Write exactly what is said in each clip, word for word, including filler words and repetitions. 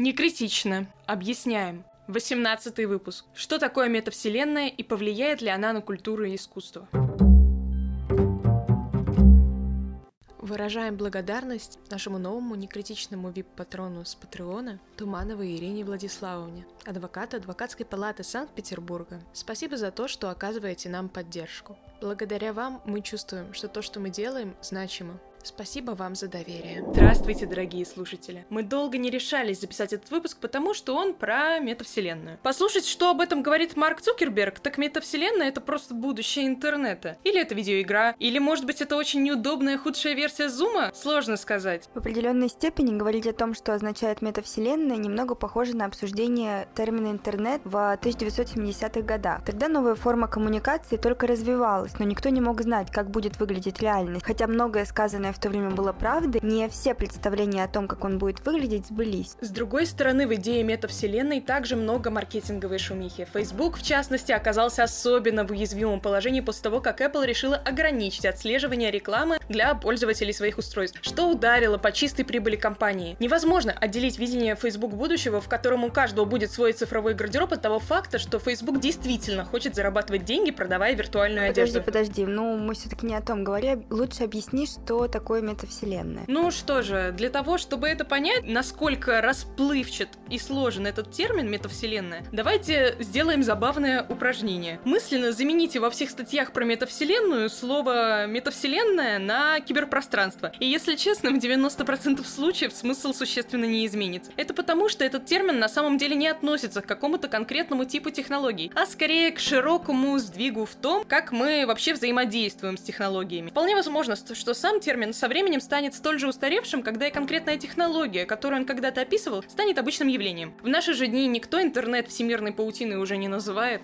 Не критично. Объясняем. восемнадцатый выпуск. Что такое метавселенная и повлияет ли она на культуру и искусство? Выражаем благодарность нашему новому некритичному вип-патрону с Патреона Тумановой Ирине Владиславовне, адвокату Адвокатской палаты Санкт-Петербурга. Спасибо за то, что оказываете нам поддержку. Благодаря вам мы чувствуем, что то, что мы делаем, значимо. Спасибо вам за доверие. Здравствуйте, дорогие слушатели. Мы долго не решались записать этот выпуск, потому что он про метавселенную. Послушать, что об этом говорит Марк Цукерберг, так метавселенная — это просто будущее интернета. Или это видеоигра, или, может быть, это очень неудобная худшая версия Зума? Сложно сказать. В определенной степени говорить о том, что означает метавселенная, немного похоже на обсуждение термина интернет в тысяча девятьсот семидесятых годах. Тогда новая форма коммуникации только развивалась, но никто не мог знать, как будет выглядеть реальность. Хотя многое сказанное в то время было правдой, не все представления о том, как он будет выглядеть, сбылись. С другой стороны, в идее метавселенной также много маркетинговой шумихи. Facebook, в частности, оказался особенно в уязвимом положении после того, как Apple решила ограничить отслеживание рекламы для пользователей своих устройств, что ударило по чистой прибыли компании. Невозможно отделить видение Facebook будущего, в котором у каждого будет свой цифровой гардероб, от того факта, что Facebook действительно хочет зарабатывать деньги, продавая виртуальную подожди, одежду. Подожди, подожди, ну мы все-таки не о том говорим. Лучше объясни, что такое метавселенная. Ну что же, для того, чтобы это понять, насколько расплывчат и сложен этот термин метавселенная, давайте сделаем забавное упражнение. Мысленно замените во всех статьях про метавселенную слово метавселенная на киберпространство. И если честно, в девяносто процентов случаев смысл существенно не изменится. Это потому, что этот термин на самом деле не относится к какому-то конкретному типу технологий, а скорее к широкому сдвигу в том, как мы вообще взаимодействуем с технологиями. Вполне возможно, что сам термин со временем станет столь же устаревшим, когда и конкретная технология, которую он когда-то описывал, станет обычным явлением. В наши же дни никто интернет всемирной паутиной уже не называет.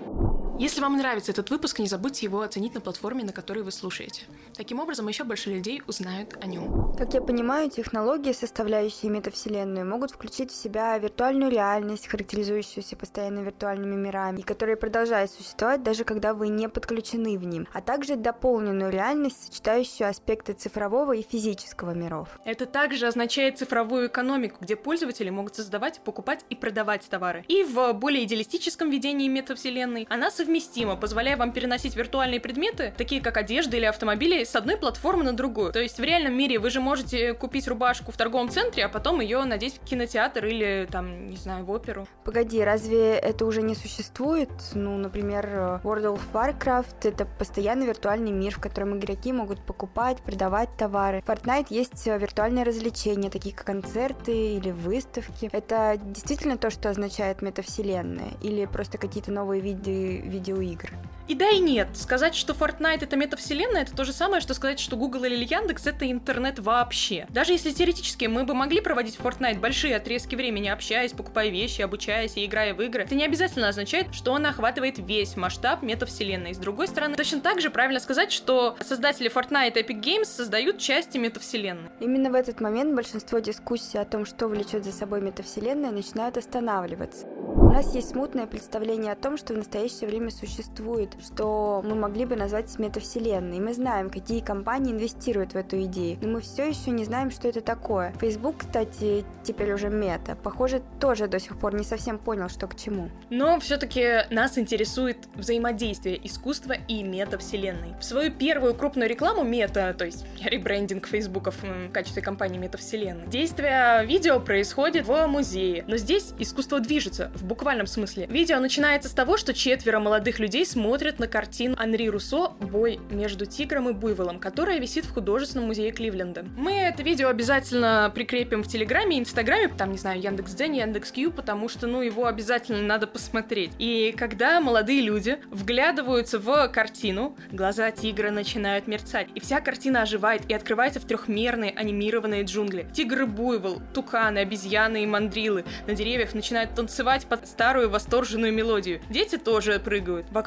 Если вам нравится этот выпуск, не забудьте его оценить на платформе, на которой вы слушаете. Таким образом, еще больше людей узнают о нем. Как я понимаю, технологии, составляющие метавселенную, могут включить в себя виртуальную реальность, характеризующуюся постоянно виртуальными мирами, и которые продолжают существовать, даже когда вы не подключены в ним, а также дополненную реальность, сочетающую аспекты цифрового и физического миров. Это также означает цифровую экономику, где пользователи могут создавать, покупать и продавать товары. И в более идеалистическом видении метавселенной она совместима совместимо, позволяя вам переносить виртуальные предметы, такие как одежда или автомобили, с одной платформы на другую. То есть в реальном мире вы же можете купить рубашку в торговом центре, а потом ее надеть в кинотеатр или, там, не знаю, в оперу. Погоди, разве это уже не существует? Ну, например, World of Warcraft — это постоянно виртуальный мир, в котором игроки могут покупать, продавать товары. В Fortnite есть виртуальные развлечения, такие как концерты или выставки. Это действительно то, что означает метавселенная? Или просто какие-то новые виды видеоигр? И да, и нет. Сказать, что Fortnite — это метавселенная, это то же самое, что сказать, что Google или Яндекс — это интернет вообще. Даже если теоретически мы бы могли проводить в Fortnite большие отрезки времени, общаясь, покупая вещи, обучаясь и играя в игры, это не обязательно означает, что он охватывает весь масштаб метавселенной. С другой стороны, точно так же правильно сказать, что создатели Fortnite и Epic Games создают части метавселенной. Именно в этот момент большинство дискуссий о том, что влечет за собой метавселенная, начинают останавливаться. У нас есть смутное представление о том, что в настоящее время существует, что мы могли бы назвать метавселенной. И мы знаем, какие компании инвестируют в эту идею, но мы все еще не знаем, что это такое. Facebook, кстати, теперь уже мета, похоже, тоже до сих пор не совсем понял, что к чему. Но все-таки нас интересует взаимодействие искусства и метавселенной. В свою первую крупную рекламу мета, то есть ребрендинг Фейсбука в качестве компании метавселенной, действие видео происходит в музее, но здесь искусство движется, в буквальном смысле. Видео начинается с того, что четверо молодых людей смотрят на картину Анри Руссо «Бой между тигром и буйволом», которая висит в художественном музее Кливленда. Мы это видео обязательно прикрепим в Телеграме и Инстаграме, там, не знаю, Яндекс.Дзен, Яндекс.Кью, потому что, ну, его обязательно надо посмотреть. И когда молодые люди вглядываются в картину, глаза тигра начинают мерцать, и вся картина оживает и открывается в трехмерные анимированные джунгли. Тигр и буйвол, туканы, обезьяны и мандрилы на деревьях начинают танцевать под старую восторженную мелодию. Дети тоже прыгают. Вокруг них в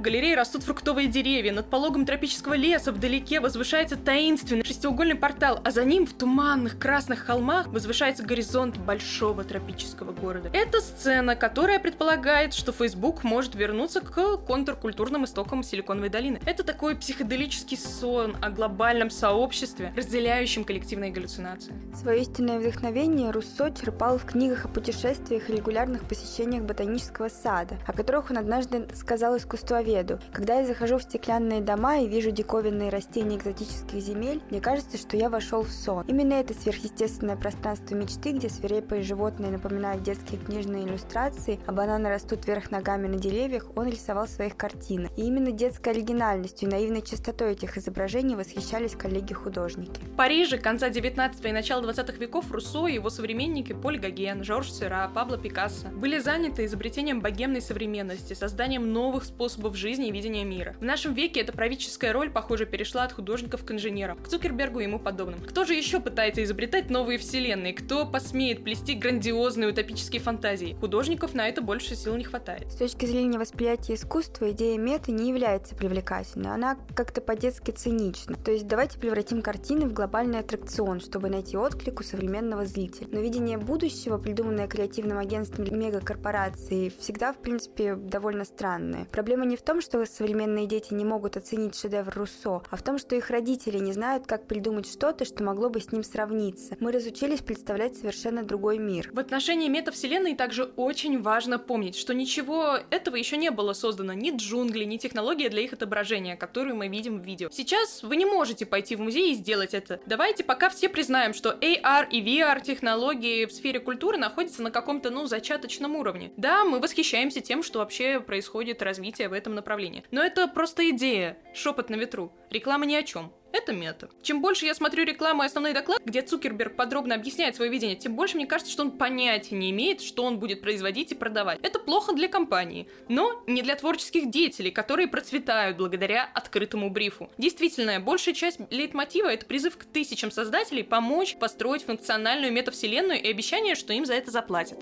галереи растут фруктовые деревья, над пологом тропического леса вдалеке возвышается таинственный шестиугольный портал, а за ним в туманных красных холмах возвышается горизонт большого тропического города. Это сцена, которая предполагает, что Facebook может вернуться к контркультурным истокам Силиконовой долины. Это такой психоделический сон о глобальном сообществе, разделяющем коллективные галлюцинации. Свое истинное вдохновение Руссо черпал в книгах о путешествиях и регулярных посещениях ботанического сада, о которых он однажды сказал искусствоведу: «Когда я захожу в стеклянные дома и вижу диковинные растения экзотических земель, мне кажется, что я вошел в сон». Именно это сверхъестественное пространство мечты, где свирепые животные напоминают детские книжные иллюстрации, а бананы растут вверх ногами на деревьях, он рисовал в своих картинах. И именно детской оригинальностью и наивной чистотой этих изображений восхищались коллеги-художники. В Париже конца девятнадцатого и начала двадцатых веков Руссо и его современники Поль Гоген, Жорж Сера, Пабло Пикассо были заняты изобретением богемной современности, созданием новых способов жизни и видения мира. В нашем веке эта правительская роль, похоже, перешла от художников к инженерам, к Цукербергу и ему подобным. Кто же еще пытается изобретать новые вселенные? Кто посмеет плести грандиозные утопические фантазии? Художников на это больше сил не хватает. С точки зрения восприятия искусства, идея меты не является привлекательной, она как-то по-детски цинична. То есть давайте превратим картины в глобальный аттракцион, чтобы найти отклик у современного зрителя. Но видение будущего, придуманное креативным агентством мегакорпораций, всегда, в принципе, довольно странное. Проблема не в том, что современные дети не могут оценить шедевр Руссо, а в том, что их родители не знают, как придумать что-то, что могло бы с ним сравниться. Мы разучились представлять совершенно другой мир. В отношении метавселенной также очень важно помнить, что ничего этого еще не было создано, ни джунгли, ни технология для их отображения, которую мы видим в видео. Сейчас вы не можете пойти в музей и сделать это. Давайте пока все признаем, что эй ар и ви ар технологии в сфере культуры находятся на каком-то, ну, зачаточном уровне. Да, мы восхищаемся тем, что вообще происходит развитие в этом направлении. Но это просто идея, шепот на ветру. Реклама ни о чем. Это мета. Чем больше я смотрю рекламу и основной доклад, где Цукерберг подробно объясняет свое видение, тем больше мне кажется, что он понятия не имеет, что он будет производить и продавать. Это плохо для компании, но не для творческих деятелей, которые процветают благодаря открытому брифу. Действительно, большая часть лейтмотива — это призыв к тысячам создателей помочь построить функциональную метавселенную и обещание, что им за это заплатят.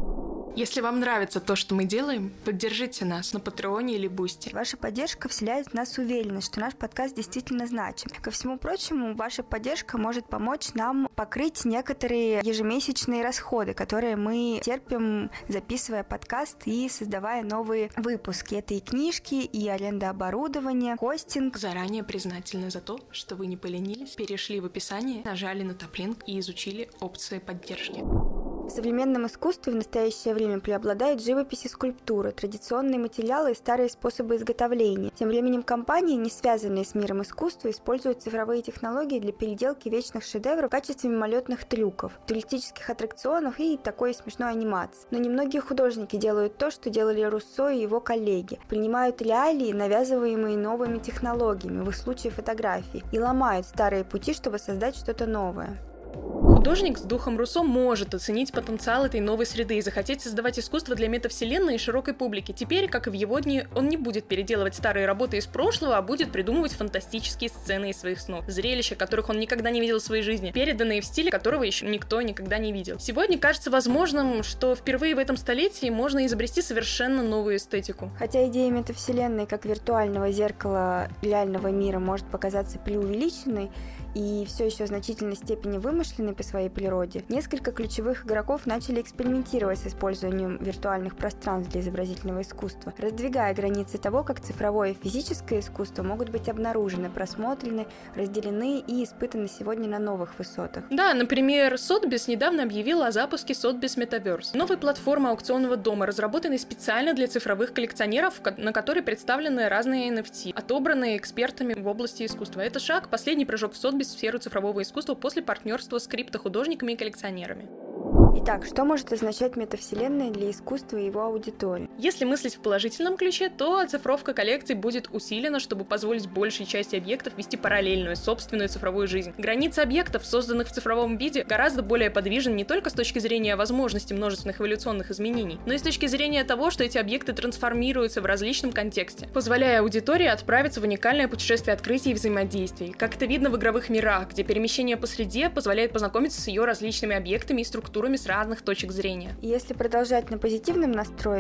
Если вам нравится то, что мы делаем, поддержите нас на Патреоне или Бусти. Ваша поддержка вселяет в нас уверенность, что наш подкаст действительно значим. Ко всему прочему, ваша поддержка может помочь нам покрыть некоторые ежемесячные расходы, которые мы терпим, записывая подкаст и создавая новые выпуски. Это и книжки, и аренда оборудования, хостинг. Заранее признательны за то, что вы не поленились, перешли в описание, нажали на топ-линк и изучили опции поддержки. В современном искусстве в настоящее время преобладает живопись и скульптура, традиционные материалы и старые способы изготовления. Тем временем компании, не связанные с миром искусства, используют цифровые технологии для переделки вечных шедевров в качестве мимолетных трюков, туристических аттракционов и такой смешной анимации. Но немногие художники делают то, что делали Руссо и его коллеги. Принимают реалии, навязываемые новыми технологиями, в их случае фотографии, и ломают старые пути, чтобы создать что-то новое. Художник с духом Руссо может оценить потенциал этой новой среды и захотеть создавать искусство для метавселенной и широкой публики. Теперь, как и в его дни, он не будет переделывать старые работы из прошлого, а будет придумывать фантастические сцены из своих снов. Зрелища, которых он никогда не видел в своей жизни, переданные в стиле, которого еще никто никогда не видел. Сегодня кажется возможным, что впервые в этом столетии можно изобрести совершенно новую эстетику. Хотя идея метавселенной как виртуального зеркала реального мира может показаться преувеличенной и все еще в значительной степени вымышленной по своей природе, несколько ключевых игроков начали экспериментировать с использованием виртуальных пространств для изобразительного искусства, раздвигая границы того, как цифровое и физическое искусство могут быть обнаружены, просмотрены, разделены и испытаны сегодня на новых высотах. Да, например, Sotheby's недавно объявила о запуске Sotheby's Metaverse, новой платформы аукционного дома, разработанной специально для цифровых коллекционеров, на которой представлены разные эн эф ти, отобранные экспертами в области искусства. Это шаг, последний прыжок в Sotheby's в сферу цифрового искусства после партнерства с криптохудожниками и коллекционерами. Итак, что может означать метавселенная для искусства и его аудитории? Если мыслить в положительном ключе, то оцифровка коллекций будет усилена, чтобы позволить большей части объектов вести параллельную, собственную цифровую жизнь. Границы объектов, созданных в цифровом виде, гораздо более подвижны не только с точки зрения возможности множественных эволюционных изменений, но и с точки зрения того, что эти объекты трансформируются в различном контексте, позволяя аудитории отправиться в уникальное путешествие открытий и взаимодействий. Как это видно в игровых мирах, где перемещение по среде позволяет познакомиться с ее различными объектами и структурами с разных точек зрения. Если продолжать на позитивном настрое, метавселенная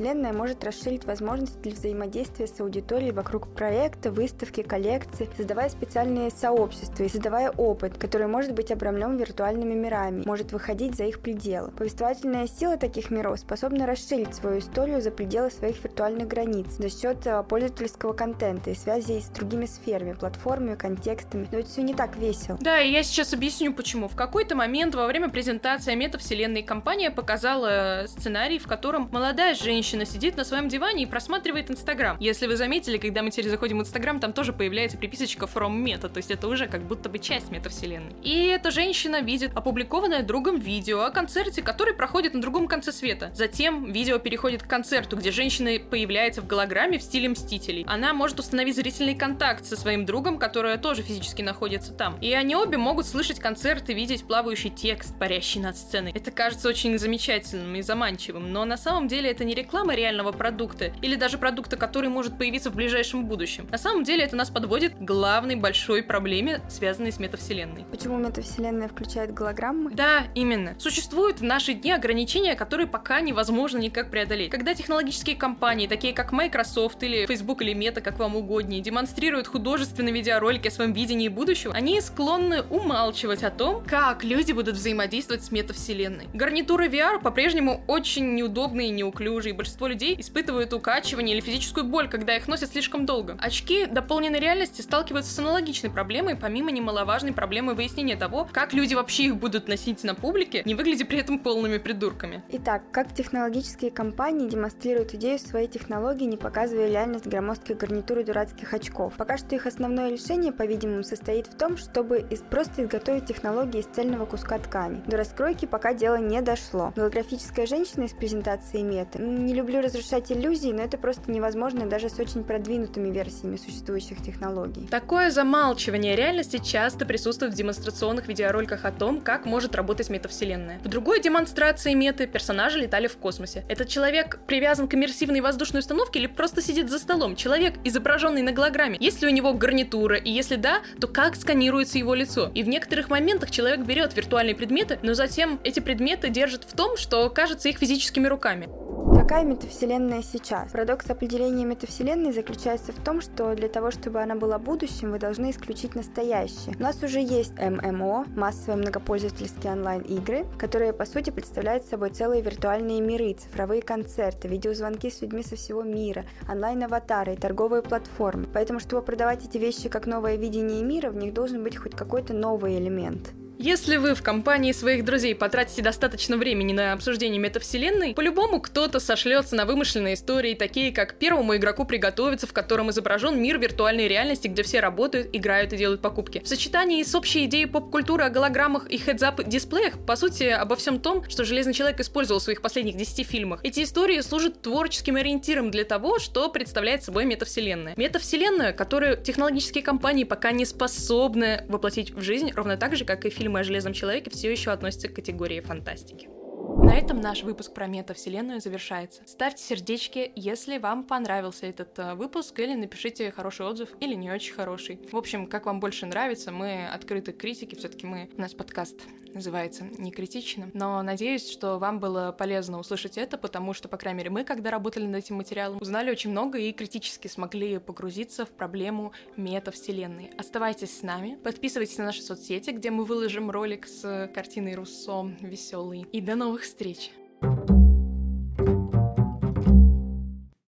метавселенная может расширить возможности для взаимодействия с аудиторией вокруг проекта, выставки, коллекции, создавая специальные сообщества и создавая опыт, который может быть обрамлен виртуальными мирами, может выходить за их пределы. Повествовательная сила таких миров способна расширить свою историю за пределы своих виртуальных границ за счет пользовательского контента и связей с другими сферами, платформами, контекстами. Но это все не так весело. Да, и я сейчас объясню, почему. В какой-то момент во время презентации метавселенной компания показала сценарий, в котором молодая женщина сидит на своем диване и просматривает Инстаграм. Если вы заметили, когда мы теперь заходим в Инстаграм, там тоже появляется приписочка from meta, то есть это уже как будто бы часть метавселенной. И эта женщина видит опубликованное другом видео о концерте, который проходит на другом конце света. Затем видео переходит к концерту, где женщина появляется в голограмме в стиле Мстителей. Она может установить зрительный контакт со своим другом, который тоже физически находится там. И они обе могут слышать концерт и видеть плавающий текст, парящий над сценой. Это кажется очень замечательным и заманчивым, но на самом деле это не реклама реального продукта или даже продукта, который может появиться в ближайшем будущем. На самом деле это нас подводит к главной большой проблеме, связанной с метавселенной. Почему метавселенная включает голограммы? Да, именно. Существуют в наши дни ограничения, которые пока невозможно никак преодолеть. Когда технологические компании, такие как Microsoft или Facebook или Meta, как вам угоднее, демонстрируют художественные видеоролики о своем видении будущего, они склонны умалчивать о том, как люди будут взаимодействовать с метавселенной. Гарнитуры ви ар по-прежнему очень неудобные и неуклюжие, и большинство людей испытывают укачивание или физическую боль, когда их носят слишком долго. Очки дополненной реальности сталкиваются с аналогичной проблемой, помимо немаловажной проблемы выяснения того, как люди вообще их будут носить на публике, не выглядя при этом полными придурками. Итак, как технологические компании демонстрируют идею своей технологии, не показывая реальность громоздких гарнитур и дурацких очков. Пока что их основное решение, по-видимому, состоит в том, чтобы из- просто изготовить технологии из цельного куска ткани. До раскройки пока дело не дошло. Голографическая женщина из презентации Мета. Не люблю разрушать иллюзии, но это просто невозможно даже с очень продвинутыми версиями существующих технологий. Такое замалчивание реальности часто присутствует в демонстрационных видеороликах о том, как может работать метавселенная. В другой демонстрации Меты персонажи летали в космосе. Этот человек привязан к иммерсивной воздушной установке или просто сидит за столом? Человек, изображенный на голограмме. Есть ли у него гарнитура? И если да, то как сканируется его лицо? И в некоторых моментах человек берет виртуальные предметы, но затем эти предметы держит в том, что кажется их физическими руками. Какая метавселенная сейчас? Парадокс определения метавселенной заключается в том, что для того, чтобы она была будущим, вы должны исключить настоящее. У нас уже есть эм эм о, массовые многопользовательские онлайн-игры, которые, по сути, представляют собой целые виртуальные миры, цифровые концерты, видеозвонки с людьми со всего мира, онлайн-аватары и торговые платформы. Поэтому, чтобы продавать эти вещи как новое видение мира, в них должен быть хоть какой-то новый элемент. Если вы в компании своих друзей потратите достаточно времени на обсуждение метавселенной, по-любому кто-то сошлется на вымышленные истории, такие как «Первому игроку приготовиться», в котором изображен мир виртуальной реальности, где все работают, играют и делают покупки. В сочетании с общей идеей поп-культуры о голограммах и хедз-ап-дисплеях, по сути, обо всем том, что Железный человек использовал в своих последних десяти фильмах, эти истории служат творческим ориентиром для того, что представляет собой метавселенная. Метавселенная, которую технологические компании пока не способны воплотить в жизнь, ровно так же, как и фильм о Железном человеке все еще относятся к категории фантастики. На этом наш выпуск про метавселенную завершается. Ставьте сердечки, если вам понравился этот э, выпуск, или напишите хороший отзыв, или не очень хороший. В общем, как вам больше нравится, мы открыты к критике, все-таки мы, у нас подкаст называется «Не критично». Но надеюсь, что вам было полезно услышать это, потому что, по крайней мере, мы, когда работали над этим материалом, узнали очень много и критически смогли погрузиться в проблему метавселенной. Оставайтесь с нами, подписывайтесь на наши соцсети, где мы выложим ролик с картиной Руссо веселый. И до новых встреч! Thank you.